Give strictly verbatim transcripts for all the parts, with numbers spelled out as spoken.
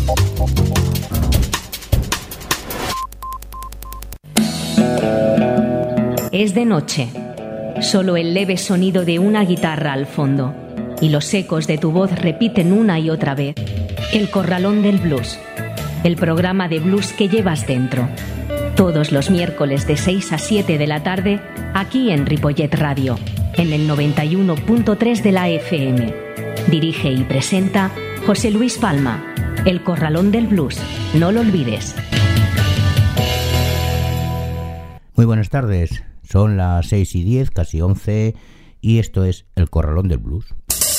Es de noche, solo el leve sonido de una guitarra al fondo y los ecos de tu voz repiten una y otra vez El Corralón del Blues, el programa de blues que llevas dentro. Todos los miércoles de seis a siete de la tarde, aquí en Ripollet Radio, en el noventa y uno punto tres de la F M. Dirige y presenta José Luis Palma. El Corralón del Blues, no lo olvides. Muy buenas tardes, son las seis y diez, casi once, y esto es El Corralón del Blues.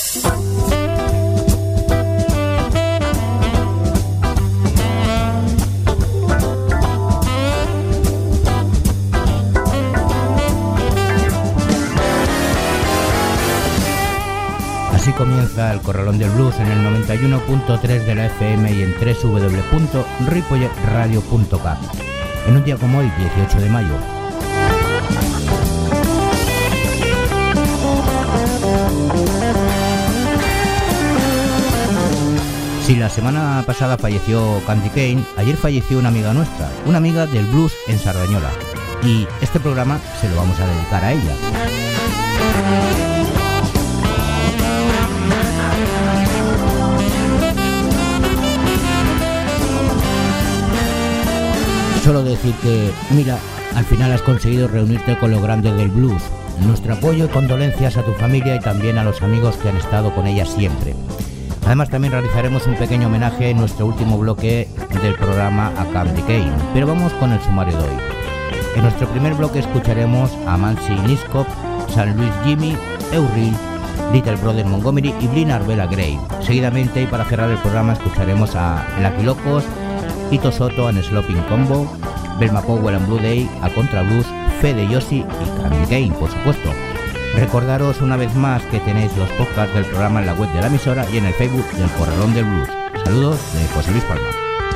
Así comienza El Corralón del Blues en el noventa y uno punto tres de la F M y en doble u doble u doble u punto ripollet radio punto com. En un día como hoy, dieciocho de mayo. Si la semana pasada falleció Candy Kane, ayer falleció una amiga nuestra, una amiga del blues en Sardañola. Y este programa se lo vamos a dedicar a ella. Solo decir que, mira, al final has conseguido reunirte con los grandes del blues. Nuestro apoyo y condolencias a tu familia y también a los amigos que han estado con ella siempre. Además también realizaremos un pequeño homenaje en nuestro último bloque del programa a Candy Kane. Pero vamos con el sumario de hoy. En nuestro primer bloque escucharemos a Mansi Niskop, San Luis Jimmy, Euril, Little Brother Montgomery y Blin Arbella Gray. Seguidamente, y para cerrar el programa, escucharemos a Lucky Locos, Ito Soto and Sloping Combo, Velma Powell and Blue Day, a Contra Blues, Fede Yossi y Candy Kane, por supuesto. Recordaros una vez más que tenéis los podcasts del programa en la web de la emisora y en el Facebook del Corralón del Blues. Saludos de José Luis Palma.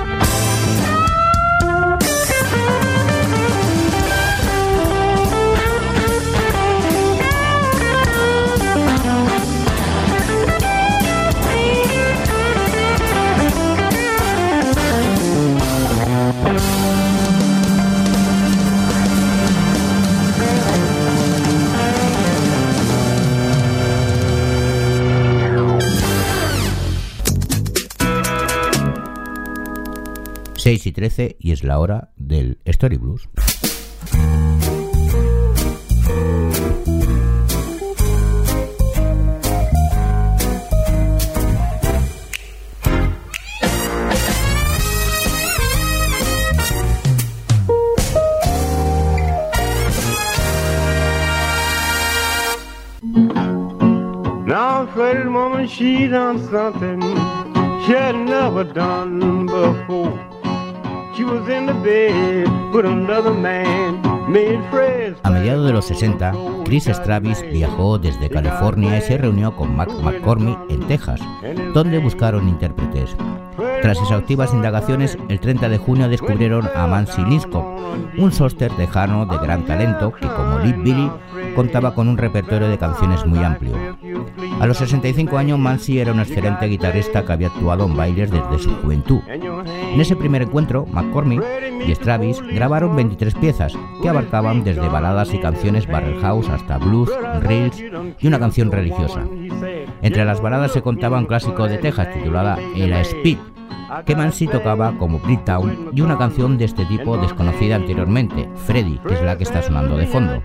seis y trece y es la hora del Story Blues. Now, Freddie's woman, she done something she had never done before. She was in the bed with another man, made friends. A mediados de los sesenta, Chris Stravis viajó desde California y se reunió con Mac McCormick en Texas, donde buscaron intérpretes. Tras exhaustivas indagaciones, el treinta de junio descubrieron a Mansi Niskop, un sóster tejano de gran talento que, como Lead Billy, contaba con un repertorio de canciones muy amplio. A los sesenta y cinco años, Mansi era un excelente guitarrista que había actuado en bailes desde su juventud. En ese primer encuentro, McCormick y Stravis grabaron veintitrés piezas que abarcaban desde baladas y canciones barrel house hasta blues, reels y una canción religiosa. Entre las baladas se contaba un clásico de Texas titulada El Speed, que Mansi tocaba como Bricktown, y una canción de este tipo desconocida anteriormente, Freddy, que es la que está sonando de fondo.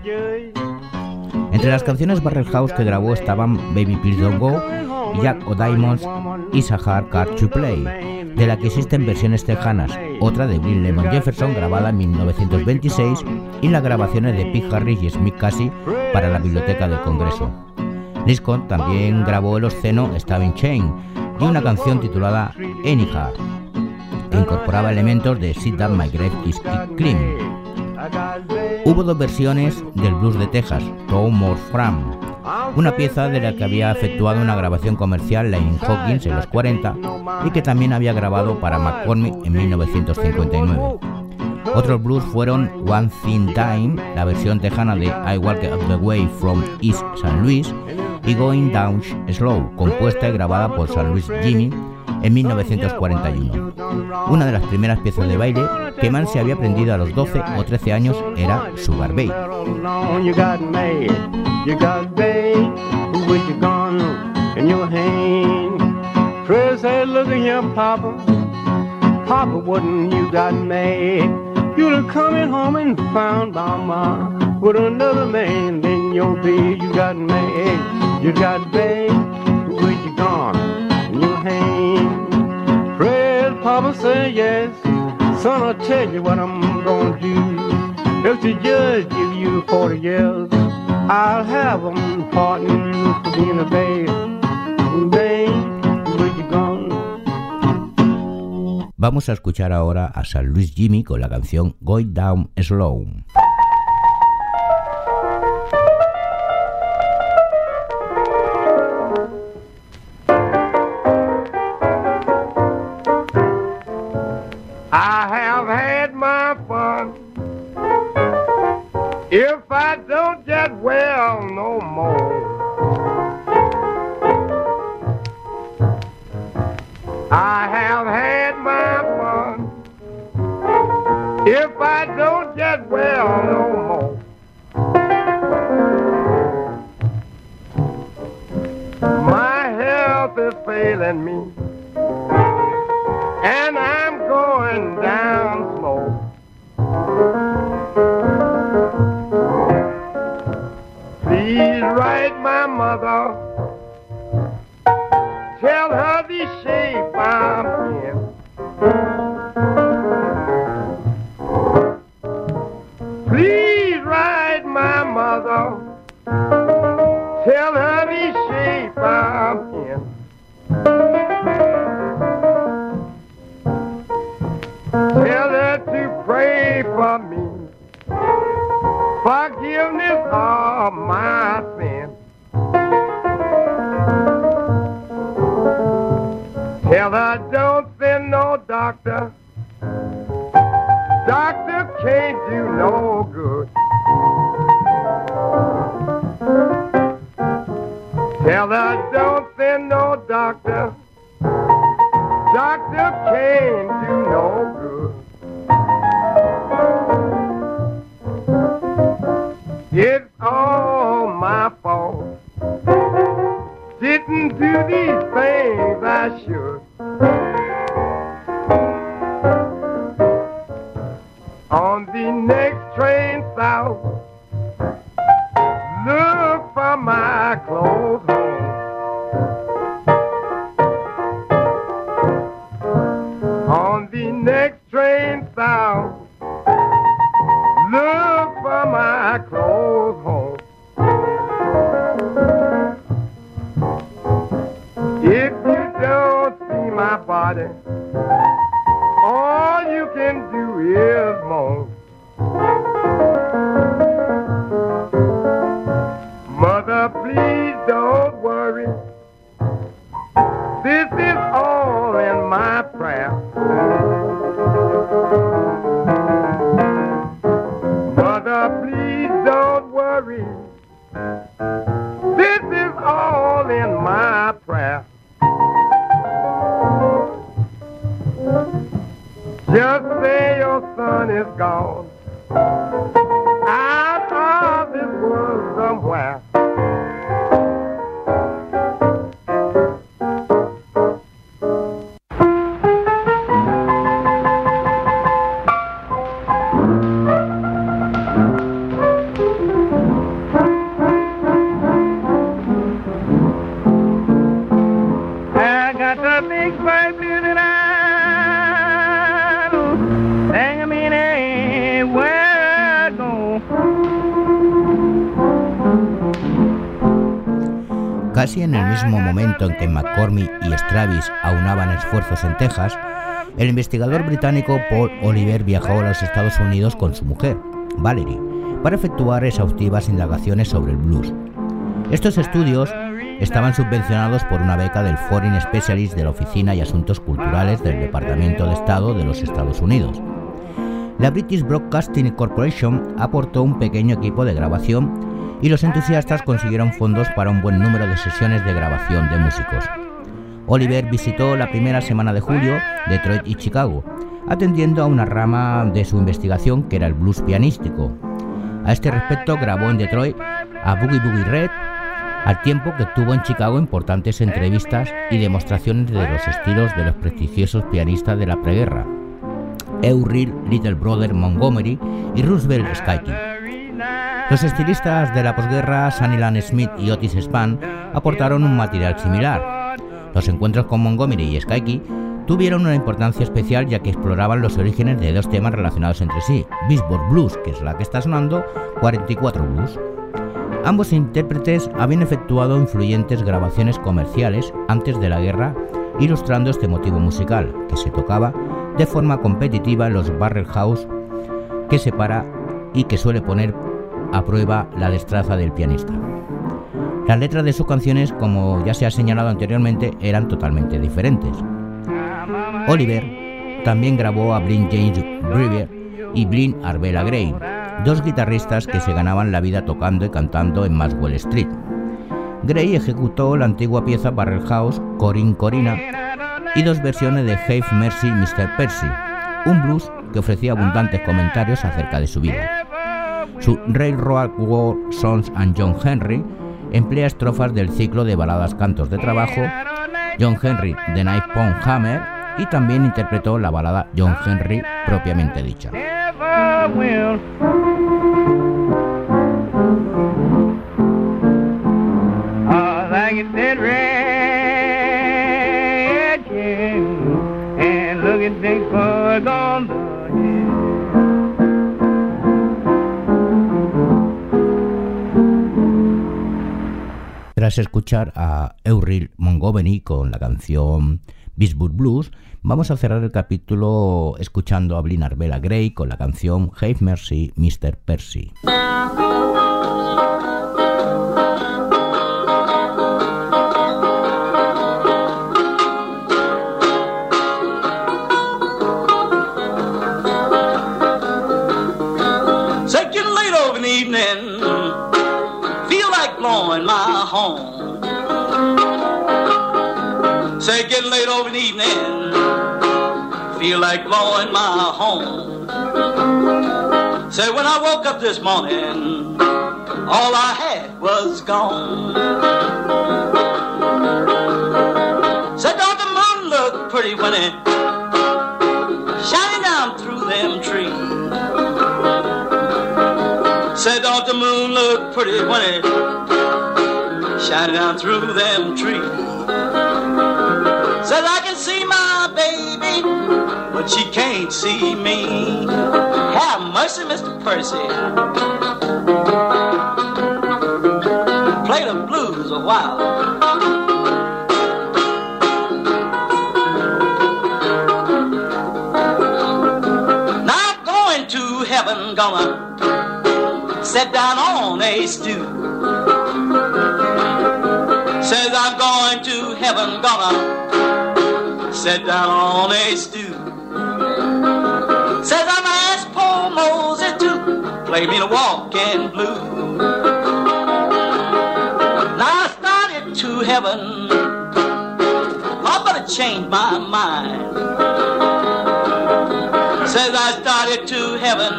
Entre las canciones barrel house que grabó estaban Baby Please Don't Go, Jack O'Diamonds y Sahar Card to Play, de la que existen versiones tejanas, otra de Bill Lemon Jefferson grabada en mil novecientos veintiséis y las grabaciones de Pete Harris y Smith Casey para la Biblioteca del Congreso. Niskop también grabó el obsceno Staving Chain y una canción titulada Anyhow, que incorporaba elementos de Sit Down My Grave Is Clean. Hubo dos versiones del blues de Texas, Two More From, una pieza de la que había efectuado una grabación comercial Lane Hawkins en los cuarenta y que también había grabado para McCormick en mil novecientos cincuenta y nueve. Otros blues fueron One Thing Time, la versión tejana de I Walk Up the Way from East Saint Louis, y Going Down Slow, compuesta y grabada por San Luis Jimmy, en mil novecientos cuarenta y uno. Una de las primeras piezas de baile que Mann se había aprendido a los doce o trece años era Sugar Babe. Fred said, look at here, Papa. Papa, wouldn't you got mad? You'd have coming home and found Mama with another man in your bed. You got mad, you got bad. Where you gone? In your hand. Fred, Papa said, yes. Son, I'll tell you what I'm gonna do. If the judge give you forty years, I'll have them pardon you for being a bad. Bad. Vamos a escuchar ahora a San Luis Jimmy con la canción Going Down Slow. I have had my fun. If I don't get well no more, I have had my fun. If I don't get well no more, my health is failing me, and I'm going down slow. Please write my mother, tell her the shape I'm in. Please write my mother, tell her the shape I'm in. Tell her to pray for me, forgiveness of my sins. Tell her don't send no doctor. Doctor can't do no good. Tell her don't send no doctor. Doctor can't do no good. It's all my fault. Didn't do these things I should. On the next train south, look for my clothes home. On the next train south, look for my clothes home. If you don't see my body, all you can do is moan. Mother, please don't worry. This is all in my prayer. Mother, please don't worry. This is all in my prayer. Just say your son is gone out of this world somewhere. I got the big bright blue that I Casi en el mismo momento en que McCormick y Stravis aunaban esfuerzos en Texas, el investigador británico Paul Oliver viajó a los Estados Unidos con su mujer, Valerie, para efectuar exhaustivas indagaciones sobre el blues. Estos estudios estaban subvencionados por una beca del Foreign Specialist de la Oficina y Asuntos Culturales del Departamento de Estado de los Estados Unidos. La British Broadcasting Corporation aportó un pequeño equipo de grabación y los entusiastas consiguieron fondos para un buen número de sesiones de grabación de músicos. Oliver visitó la primera semana de julio Detroit y Chicago, atendiendo a una rama de su investigación que era el blues pianístico. A este respecto grabó en Detroit a Boogie Boogie Red, al tiempo que tuvo en Chicago importantes entrevistas y demostraciones de los estilos de los prestigiosos pianistas de la preguerra, Euril Little Brother Montgomery y Roosevelt Skyke. Los estilistas de la posguerra, Sunnyland Smith y Otis Spann, aportaron un material similar. Los encuentros con Montgomery y Skyke tuvieron una importancia especial ya que exploraban los orígenes de dos temas relacionados entre sí, Beachbody Blues, que es la que está sonando, cuarenta y cuatro Blues. Ambos intérpretes habían efectuado influyentes grabaciones comerciales antes de la guerra, ilustrando este motivo musical, que se tocaba de forma competitiva en los barrel house, que separa y que suele poner a prueba la destreza del pianista. Las letras de sus canciones, como ya se ha señalado anteriormente, eran totalmente diferentes. Oliver también grabó a Blind James Brewer y Blind Arbella Gray, dos guitarristas que se ganaban la vida tocando y cantando en Maxwell Street. Gray ejecutó la antigua pieza Barrel House Corinne Corina y dos versiones de Have Mercy mister Percy, un blues que ofrecía abundantes comentarios acerca de su vida. Su Railroad War Songs and John Henry emplea estrofas del ciclo de baladas cantos de trabajo John Henry The Night Pound Hammer, y también interpretó la balada John Henry propiamente dicha. Tras escuchar a Euril Montgomery con la canción Beachbody Blues, vamos a cerrar el capítulo escuchando a Blind Arbella Gray con la canción Have Mercy mister Percy. Second late over an evening, feel like blowing my horn. Say, getting late over an evening, feel like blowing my horn. Say, when I woke up this morning, all I had was gone. Said, don't the moon look pretty when it shining down through them trees? Said, don't the moon look pretty when it shining down through them trees? Said I can see my baby, but she can't see me. Have mercy, mister Percy. Play the blues a while. Now I'm going to heaven, gonna sit down on a stool. Says I'm going to heaven, gonna sit down on a stool. Says I'm gonna ask poor Moses to play me the walking blues. Now I started to heaven, I better change my mind. Says I started to heaven,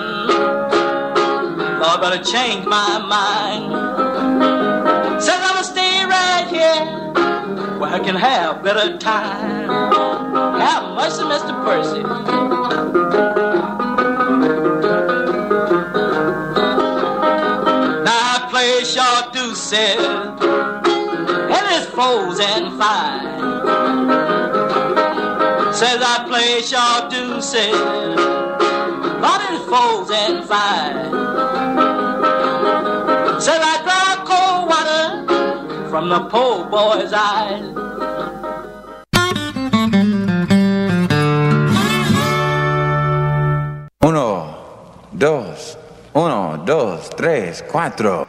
I better change my mind. Says I'm gonna stay right here where I can have better time. Have mercy, mister Percy. Now I play short deuces, and it's frozen fine. Says I play short deuces, but it's frozen fine. Says I draw cold water from the poor boy's eyes. Uno, dos, uno, dos, tres, cuatro.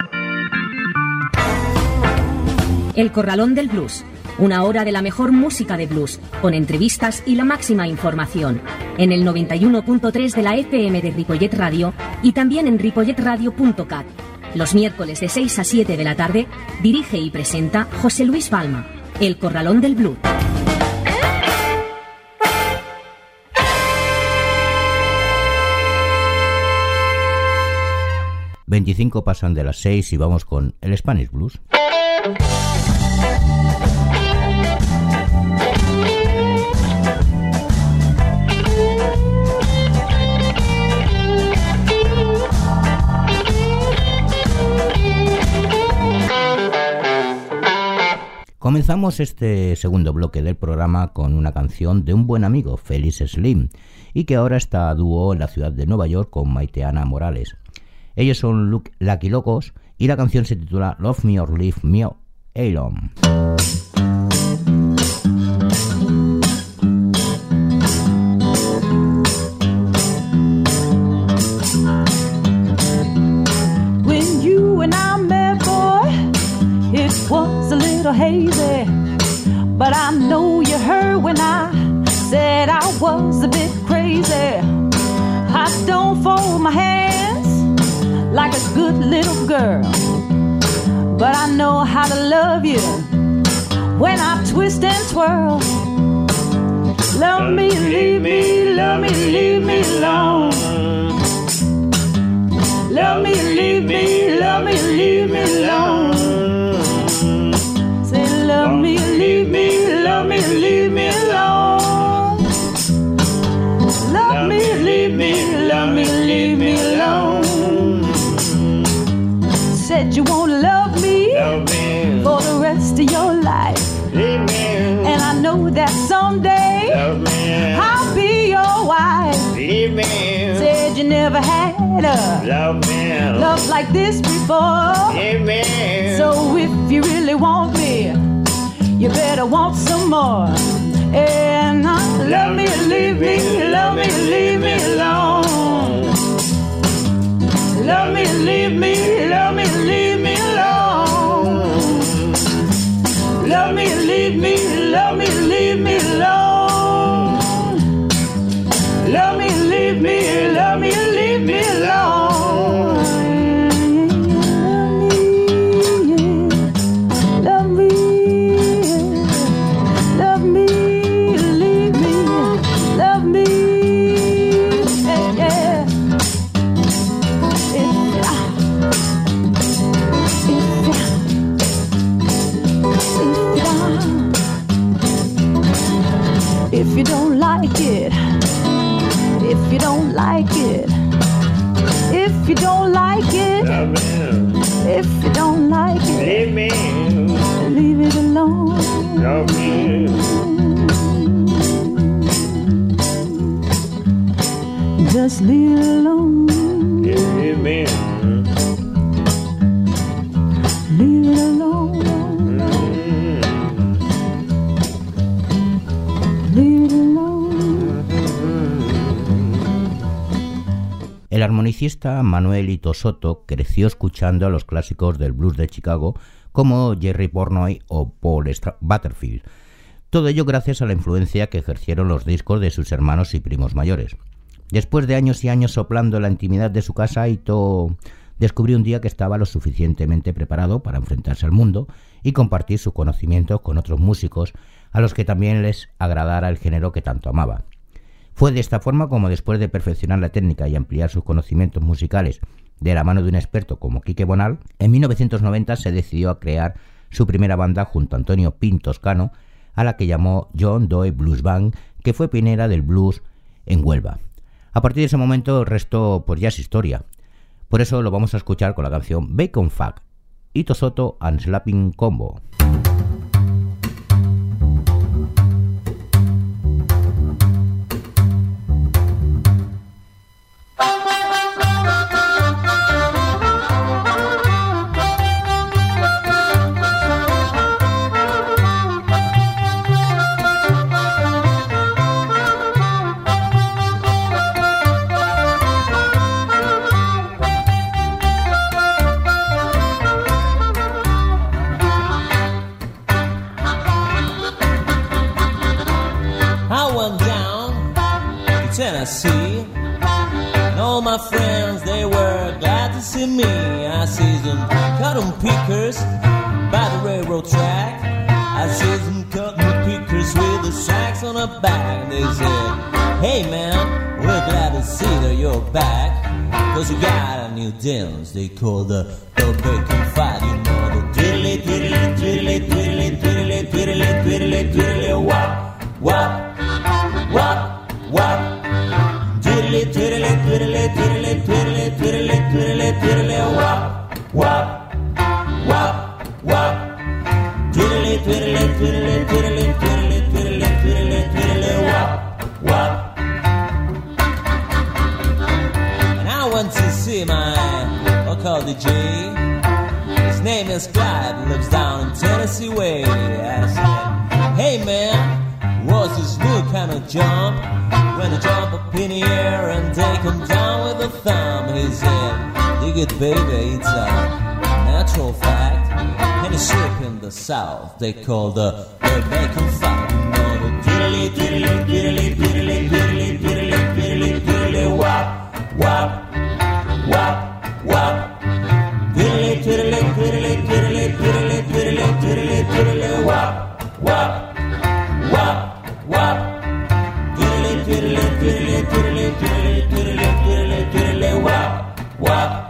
El Corralón del Blues, una hora de la mejor música de blues, con entrevistas y la máxima información, en el noventa y uno punto tres de la F M de Ripollet Radio y también en ripollet radio punto cat. Los miércoles de seis a siete de la tarde, dirige y presenta José Luis Balma, El Corralón del Blues. veinticinco pasan de las seis y vamos con el Spanish Blues. Comenzamos este segundo bloque del programa con una canción de un buen amigo, Félix Slim, y que ahora está a dúo en la ciudad de Nueva York con Maiteana Morales. Ellos son Lucky Locos y la canción se titula Love Me or Leave Me Alone. When you and I met, boy, it was a little hazy, but I know you heard when I said I was a bit crazy. I don't fold my hands like a good little girl, but I know how to love you when I twist and twirl. Love me, leave me, love me, leave me alone. Love me, leave me, love me, leave me alone. Say love me, leave me, love me, leave me alone. Love me, leave me, love me, leave me alone. Said you won't love me, love me for the rest of your life. Leave me. And I know that someday love me. I'll be your wife. Leave me. Said you never had a love, me. Love like this before. Leave me. So if you really want me, you better want some more. And I love me, leave me, love me, leave me alone. Love me, leave me, love me, leave me alone. Love me, leave me, love me, leave me alone. Love me, leave me, love me, leave me alone. Love me, love me, leave me, love me, yeah, yeah. If you don't like it, if you don't like it, if you don't like it, if you don't like it, leave me, leave it alone. Love me. Just leave it alone. Leave me. Leave it alone. El armonicista Manuel Ito Soto creció escuchando a los clásicos del blues de Chicago como Jerry Pornoy o Paul Butterfield. Todo ello gracias a la influencia que ejercieron los discos de sus hermanos y primos mayores. Después de años y años soplando en la intimidad de su casa, Ito descubrió un día que estaba lo suficientemente preparado para enfrentarse al mundo y compartir sus conocimientos con otros músicos a los que también les agradara el género que tanto amaba. Fue de esta forma como, después de perfeccionar la técnica y ampliar sus conocimientos musicales de la mano de un experto como Quique Bonal, en mil novecientos noventa se decidió a crear su primera banda junto a Antonio Pintoscano, a la que llamó John Doe Blues Band, que fue pionera del blues en Huelva. A partir de ese momento el resto pues ya es historia. Por eso lo vamos a escuchar con la canción Bacon Funk, Ito Soto and Slapping Combo. Tennessee, and all my friends, they were glad to see me. I see them cotton pickers by the railroad track. I see them cotton pickers with the sacks on their back. They said, hey man, we're glad to see that you're back. Cause you got a new dance they call the, the bacon fight. You know the twiddly, twiddly, twiddly, twiddly, twiddly, twiddly, twiddly, twiddly, wop, wop, wop, wop. Twiddly, twiddly, twiddly, twiddly, twiddly, twiddly, twiddly, twiddly, wop, wop, wop, wop. Twiddly, twiddly, twiddly, twiddly, twiddly, twiddly, twiddly, twiddly, wop, wop. And I went to see my local D J. His name is Clyde, lives down in Tennessee way. I said, hey man, what's this new kind of jump? When you jump up in the air and take him down with a thumb. He said, dig it baby, it's a natural fact. And a ship in the south they call the, the bacon fight. You know the twiddly, twiddly, twiddly, twiddly, twiddly, twiddly, twiddly, twiddly, wop, wop, wop, wop. Twiddly, twiddly, twiddly, twiddly, twiddly, twiddly, twiddly, twiddly, wop, wop, wop, wop. Twiddly, twiddly, twiddly, twiddly, twiddly, twiddly, twiddly, twiddly, wop, wop.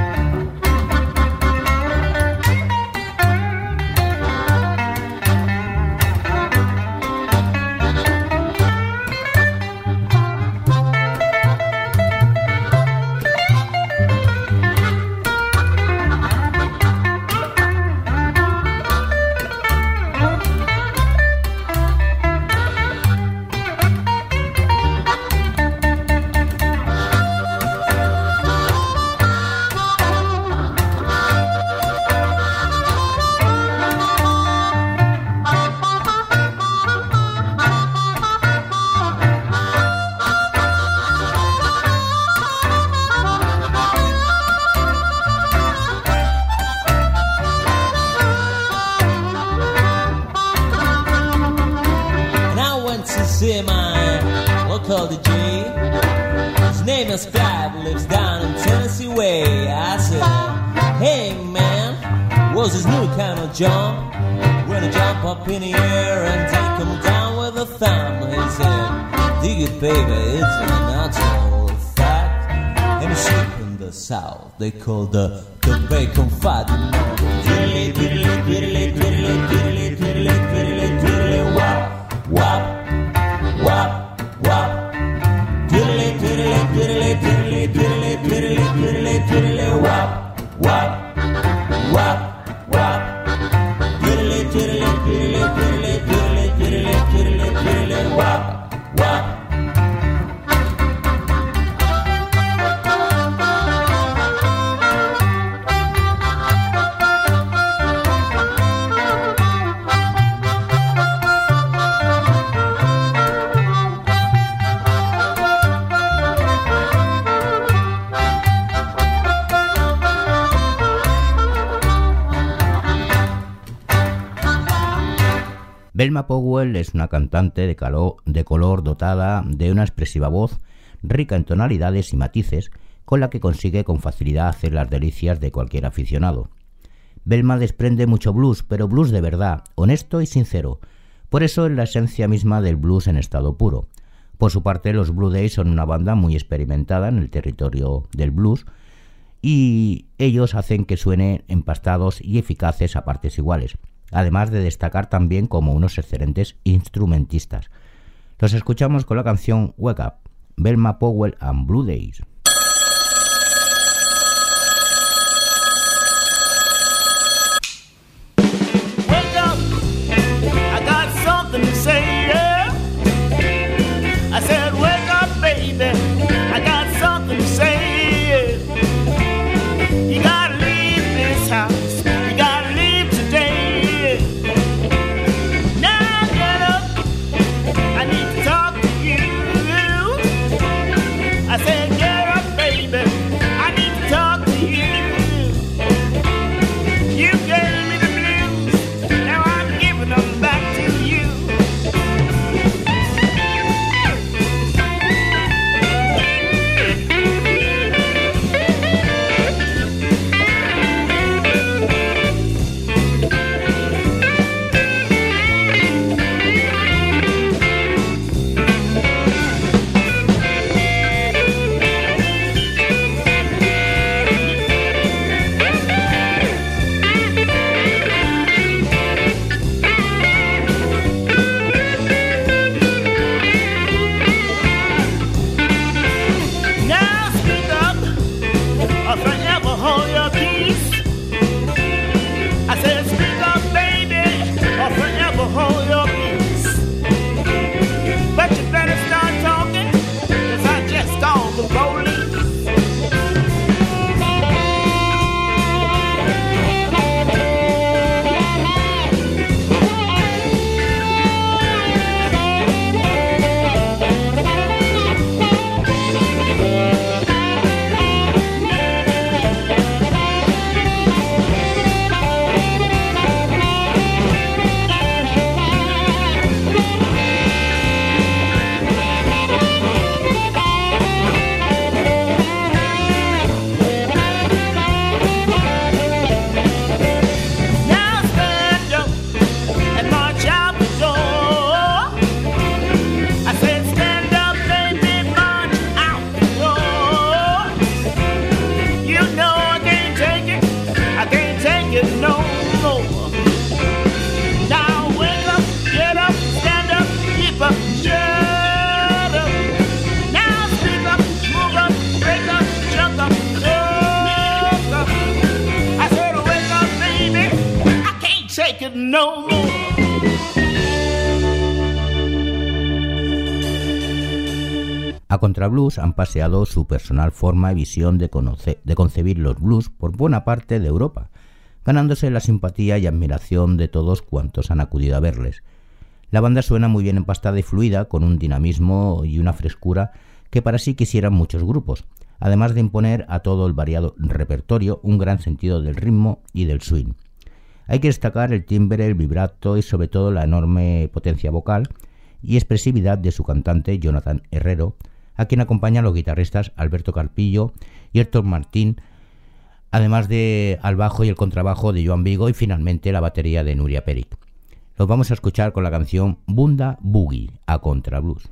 See my local D J. His name is Clyde, lives down in Tennessee way. I said, hey man, what's this new kind of jump? When I jump up in the air and take him down with a thumb. He said, dig it baby, it's a natural fact. And a ship in the south they call the, the bacon fight. Twiddly, twiddly, twiddly, twiddly, twiddly, twiddly, twiddly, twiddly, wop, wop. Wop, wop, twiddly, twiddly, twiddly, twiddly, twiddly, twiddly, twiddly, twiddly, wop, wop, wop, wop, twiddly, twiddly, twiddly, twiddly, twiddly, twiddly, twiddly, twiddly, wop, wop. Velma Powell es una cantante de, calor, de color dotada de una expresiva voz rica en tonalidades y matices, con la que consigue con facilidad hacer las delicias de cualquier aficionado. Velma desprende mucho blues, pero blues de verdad, honesto y sincero. Por eso es la esencia misma del blues en estado puro. Por su parte, los Blue Days son una banda muy experimentada en el territorio del blues, y ellos hacen que suenen empastados y eficaces a partes iguales, además de destacar también como unos excelentes instrumentistas. Los escuchamos con la canción Wake Up, Velma Powell and Blue Days. Wake up, I got something to say, yeah. I said wake up baby, I got something to say, yeah. You gotta leave this house. I said, get up. no more. A Contrablues han paseado su personal forma y visión de, conocer, de concebir los blues por buena parte de Europa, ganándose la simpatía y admiración de todos cuantos han acudido a verles. La banda suena muy bien empastada y fluida, con un dinamismo y una frescura que para sí quisieran muchos grupos, además de imponer a todo el variado repertorio un gran sentido del ritmo y del swing. Hay que destacar el timbre, el vibrato y sobre todo la enorme potencia vocal y expresividad de su cantante Jonathan Herrero, a quien acompañan los guitarristas Alberto Carpillo y Héctor Martín, además de al bajo y el contrabajo de Joan Vigo y finalmente la batería de Nuria Peric. Los vamos a escuchar con la canción Bunda Boogie, a Contrablues.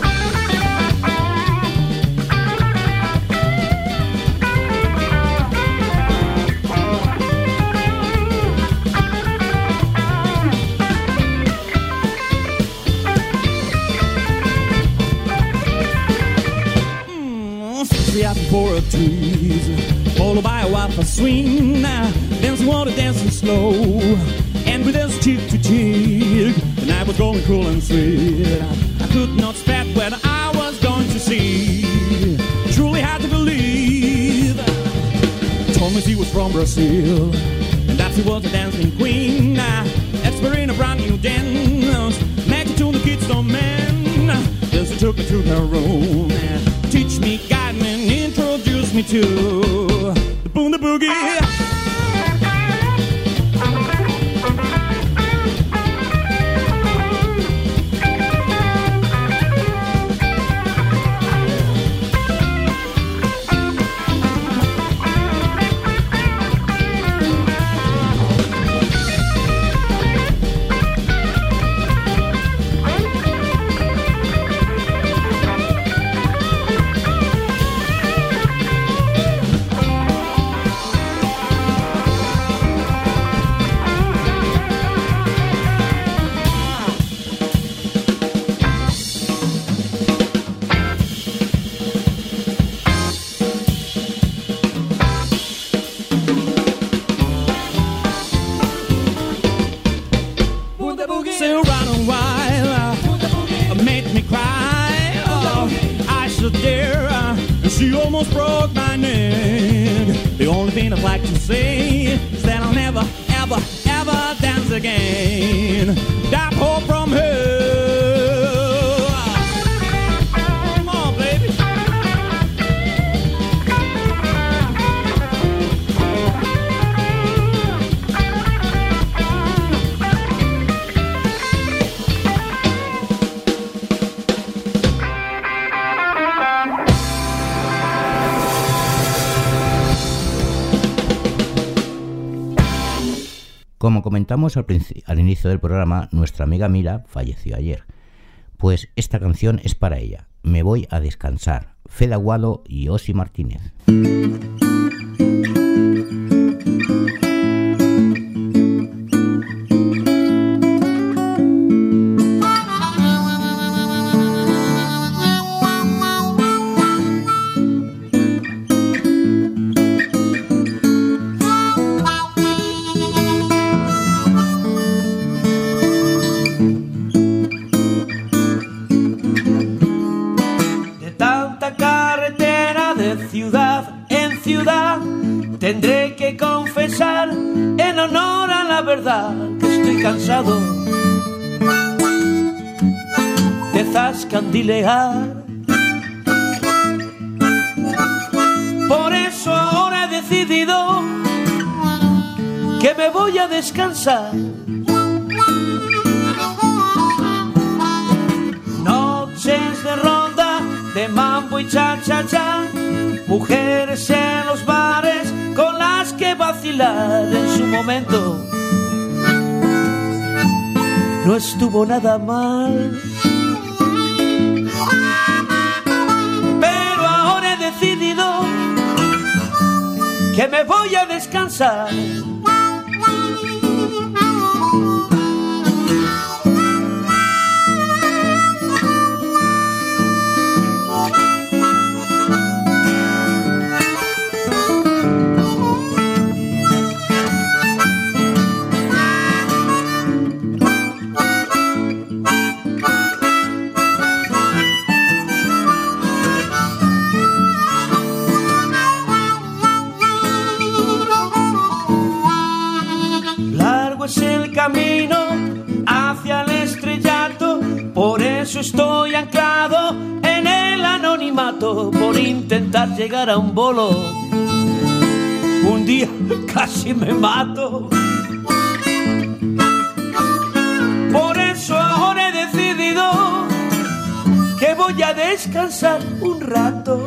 Out for a trees, followed by a water swing. Now, dancing water, dancing slow, and we danced cheek to cheek. The night was going cool and sweet. I could not expect what I was going to see. Truly had to believe. Told me she was from Brazil, and that she was a dancing queen. Now, expert in a brand new dance, magic to the kids, don't man. Then she took me to her room and teach me, guide me, and introduce me to the Bunda Boogie. Como comentamos al, al inicio del programa, nuestra amiga Mira falleció ayer. Pues esta canción es para ella. Me voy a descansar. Fede Aguado y Osi Martínez. Tendré que confesar en honor a la verdad que estoy cansado de zascandilear. Por eso ahora he decidido que me voy a descansar. Noches de ronda, de mambo y cha-cha-cha, mujeres en los bares con las que vacilar en su momento. No estuvo nada mal, pero ahora he decidido que me voy a descansar. mato por intentar llegar a un bolo. Un día casi me mato. Por eso ahora he decidido que voy a descansar un rato.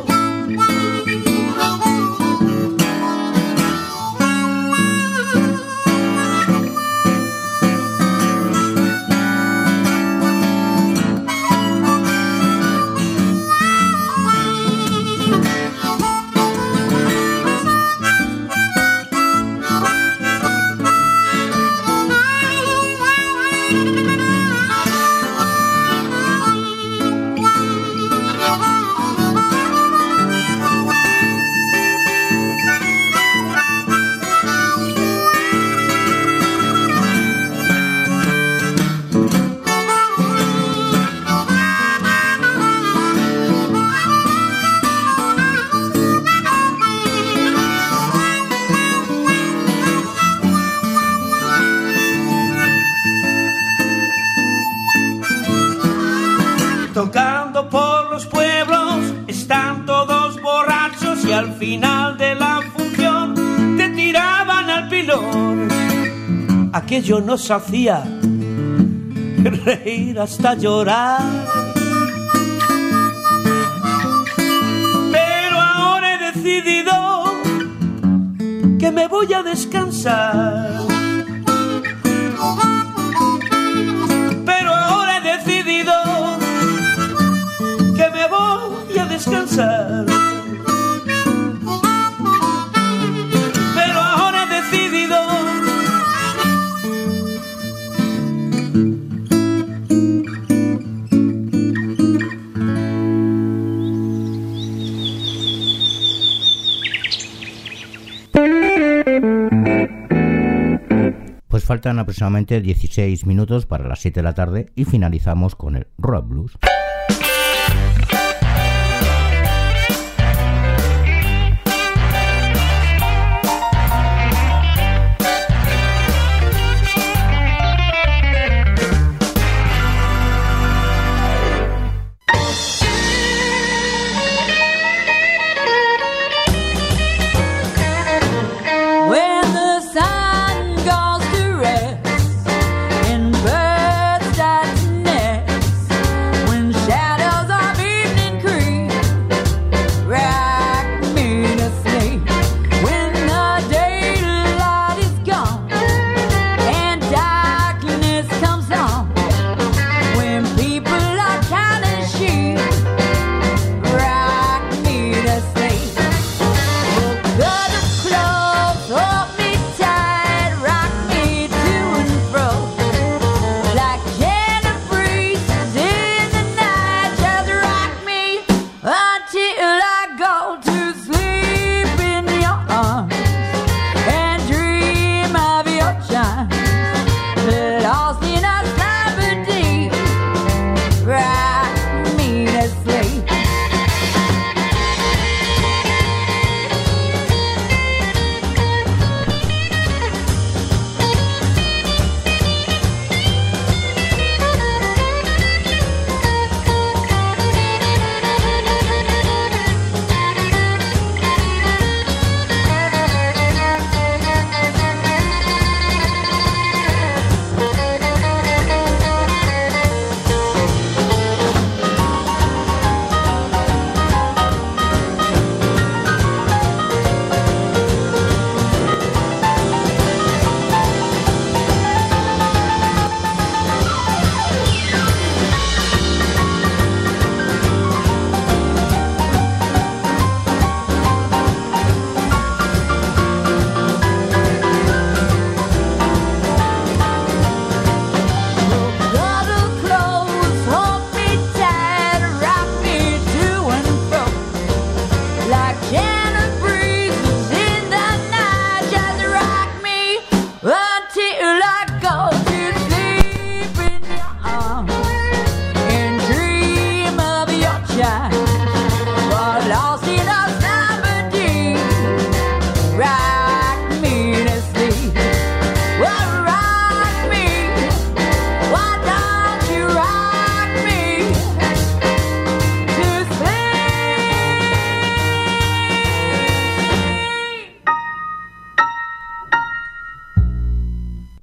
Tocando por los pueblos, están todos borrachos y al final de la función te tiraban al pilón. Aquello nos hacía reír hasta llorar. Pero ahora he decidido que me voy a descansar. Pero ahora he decidido que me voy a descansar. Pero ahora he decidido Pues faltan aproximadamente dieciséis minutos para las siete de la tarde y finalizamos con el Rock Blues. When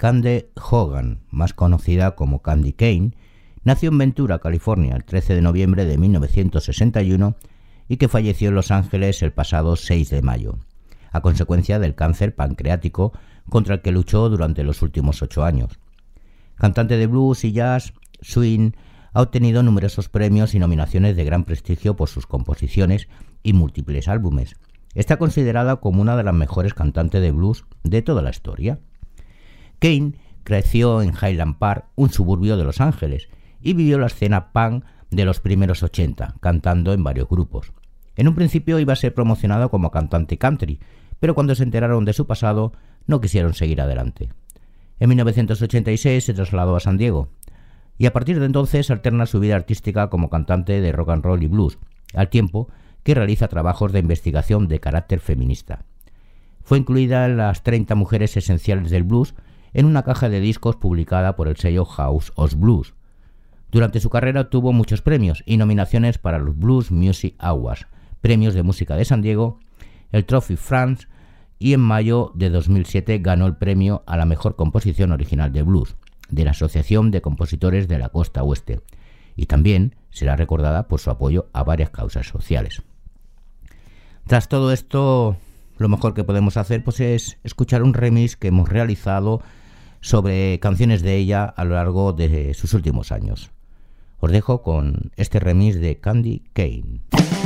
Candy Hogan, más conocida como Candy Kane, nació en Ventura, California, el trece de noviembre de mil novecientos sesenta y uno y que falleció en Los Ángeles el pasado seis de mayo, a consecuencia del cáncer pancreático contra el que luchó durante los últimos ocho años. Cantante de blues y jazz, swing, ha obtenido numerosos premios y nominaciones de gran prestigio por sus composiciones y múltiples álbumes. Está considerada como una de las mejores cantantes de blues de toda la historia. Kane creció en Highland Park, un suburbio de Los Ángeles, y vivió la escena punk de los primeros ochenta, cantando en varios grupos. En un principio iba a ser promocionada como cantante country, pero cuando se enteraron de su pasado, no quisieron seguir adelante. En mil novecientos ochenta y seis se trasladó a San Diego, y a partir de entonces alterna su vida artística como cantante de rock and roll y blues, al tiempo que realiza trabajos de investigación de carácter feminista. Fue incluida en las treinta mujeres esenciales del blues en una caja de discos publicada por el sello House of Blues. Durante su carrera obtuvo muchos premios y nominaciones para los Blues Music Awards, premios de música de San Diego, el Trophy France, y en mayo de dos mil siete ganó el premio a la mejor composición original de blues de la Asociación de Compositores de la Costa Oeste, y también será recordada por su apoyo a varias causas sociales. Tras todo esto, lo mejor que podemos hacer pues es escuchar un remix que hemos realizado sobre canciones de ella a lo largo de sus últimos años. Os dejo con este remix de Candy Kane.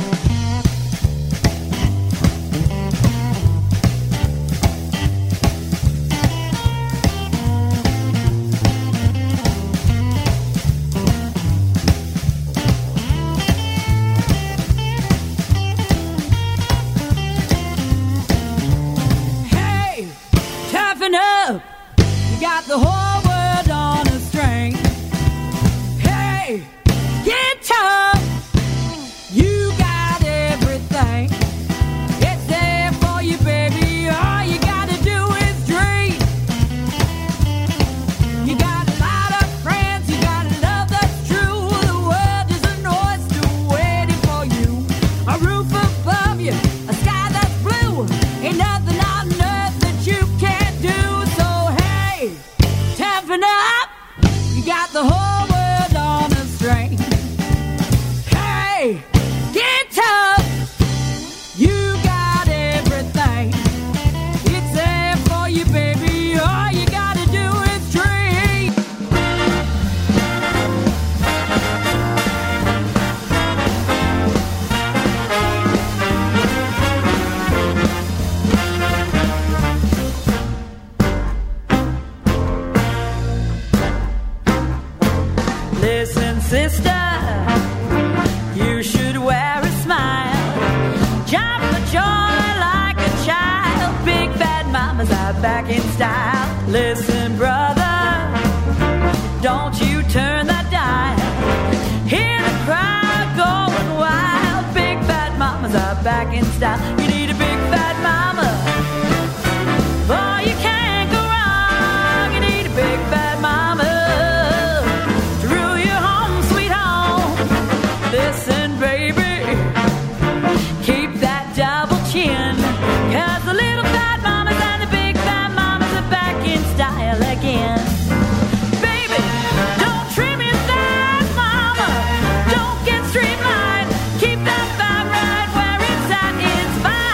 Got the whole world on a string. Hey, get tough. You got everything. It's there for you, baby. All you gotta do is dream. You got a lot of friends. You got a love that's true. The world is an oyster waiting for you. A roof above you, a sky that's blue. Ain't nothing on earth that you can't do. Toughen up, you got the whole world on a string. Hey, get tough, you got everything. It's there for you, baby. All you gotta do is dream. Listen, sister, you should wear a smile. Jump for joy like a child. Big bad mamas are back in style. Listen, brother, don't you turn that dial. Hear the crowd going wild. Big bad mamas are back in style. You need a big fat mama. Boy, you can't go wrong. You need a big fat mama. Listen, baby, keep that double chin, 'cause the little fat mamas and the big fat mamas are back in style again. Baby, don't trim your thighs, mama, don't get streamlined, keep that fat right where it's at, it's fine.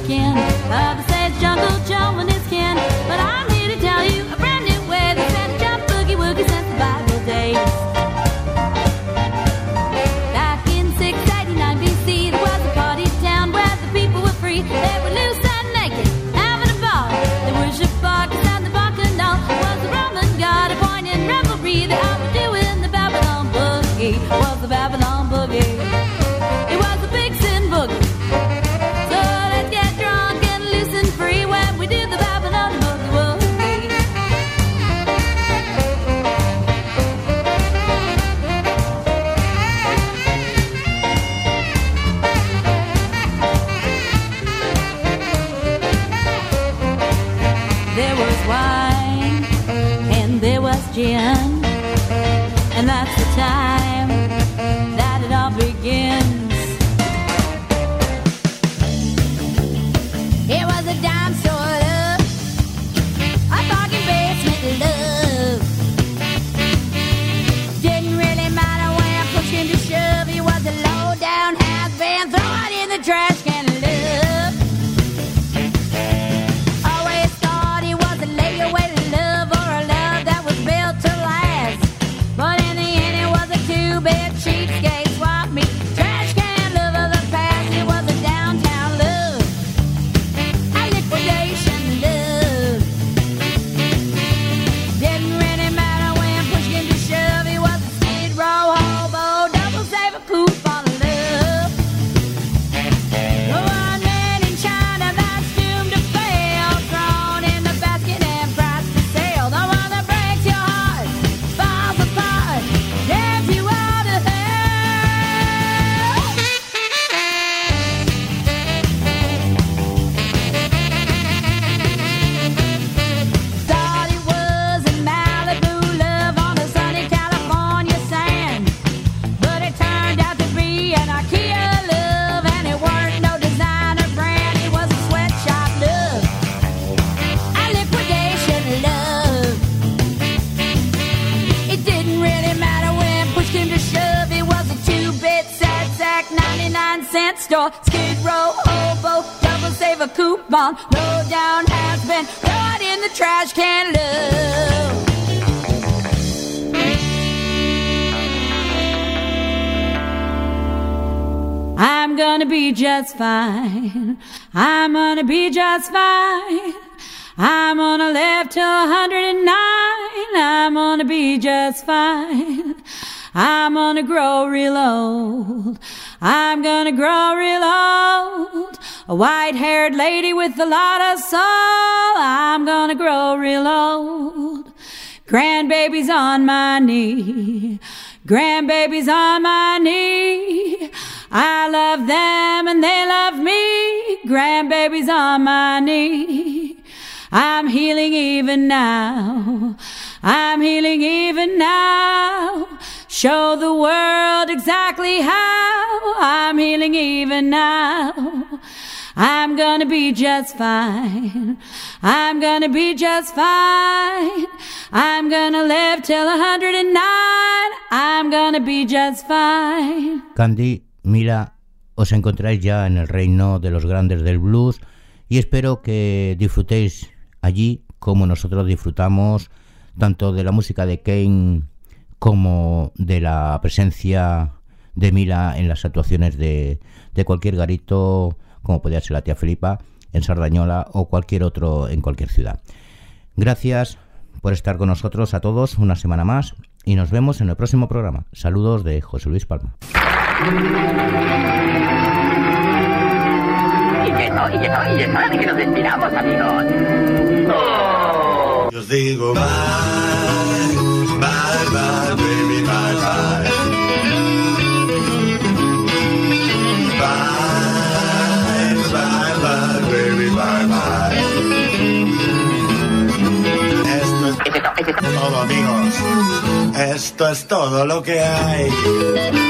skin of the sage jungle Joe and his kin. But I'm here to tell you a brand new way they said jump boogie woogie since the Bible days. Back in six eighty-nine B C there was a party town where the people were free. They were loose and naked, having a ball. They worshiped Bacchus and the Bacchanal was the Roman god appointed revelry. They all were doing the Babylon boogie, was the Babylon boogie. It was the big sin boogie. So let's get drunk and loose and free when we do the Babylon boogie woogie. There was wine and there was gin, and that's the time that it all begins. It was a dime store love, a bargain basement love. Didn't really matter when push came to shove. He was a low down has-been, throw it in the trash can of love. Always thought he was a layaway love or a love that was built to last. But in the end it was a two-bit cheapskate swap meet. Trash can love of the past, it was a downtown love, a liquidation love. Didn't really matter when push came to shove. He was a skid row hobo, double saver coupon love. The one man in China that's doomed to fail, thrown in the basket and priced for sale. The one that breaks your heart, falls apart, damns you out of hell. Thought it was a Malibu love on a sunny California sand, but it turned out to be an IKEA love, and it weren't no designer brand. It was a sweatshop love, a liquidation love. It didn't really matter when push came to shove. It was a two-bit sad sack, ninety-nine cent store, skid row hobo, double saver coupon, low down has been, throw it in the trash can love. I'm gonna be just fine. I'm gonna be just fine. I'm gonna live till one hundred nine. I'm gonna be just fine. I'm gonna grow real old. I'm gonna grow real old. A white-haired lady with a lot of soul. I'm gonna grow real old. Grandbabies on my knee. Grandbabies on my knee. I love them and they love me. Grandbabies on my knee. I'm healing even now. I'm healing even now. Show the world exactly how. I'm healing even now. I'm gonna be just fine. I'm gonna be just fine. I'm gonna live till one hundred nine. I'm gonna be just fine. Candy, Mila, os encontráis ya en el reino de los grandes del blues y espero que disfrutéis allí como nosotros disfrutamos tanto de la música de Kane como de la presencia de Mila en las actuaciones de, de cualquier garito, como podría ser la tía Felipa en Sardañola o cualquier otro en cualquier ciudad. Gracias por estar con nosotros a todos una semana más y nos vemos en el próximo programa. Saludos de José Luis Palma. Y que no, y que no, y es hora de que nos despidamos, amigos. ¡Oh! Yo os digo bye, bye, bye, baby, bye, bye. Bye, bye, bye, baby, bye, bye. Esto es todo, amigos. Esto es todo lo que hay.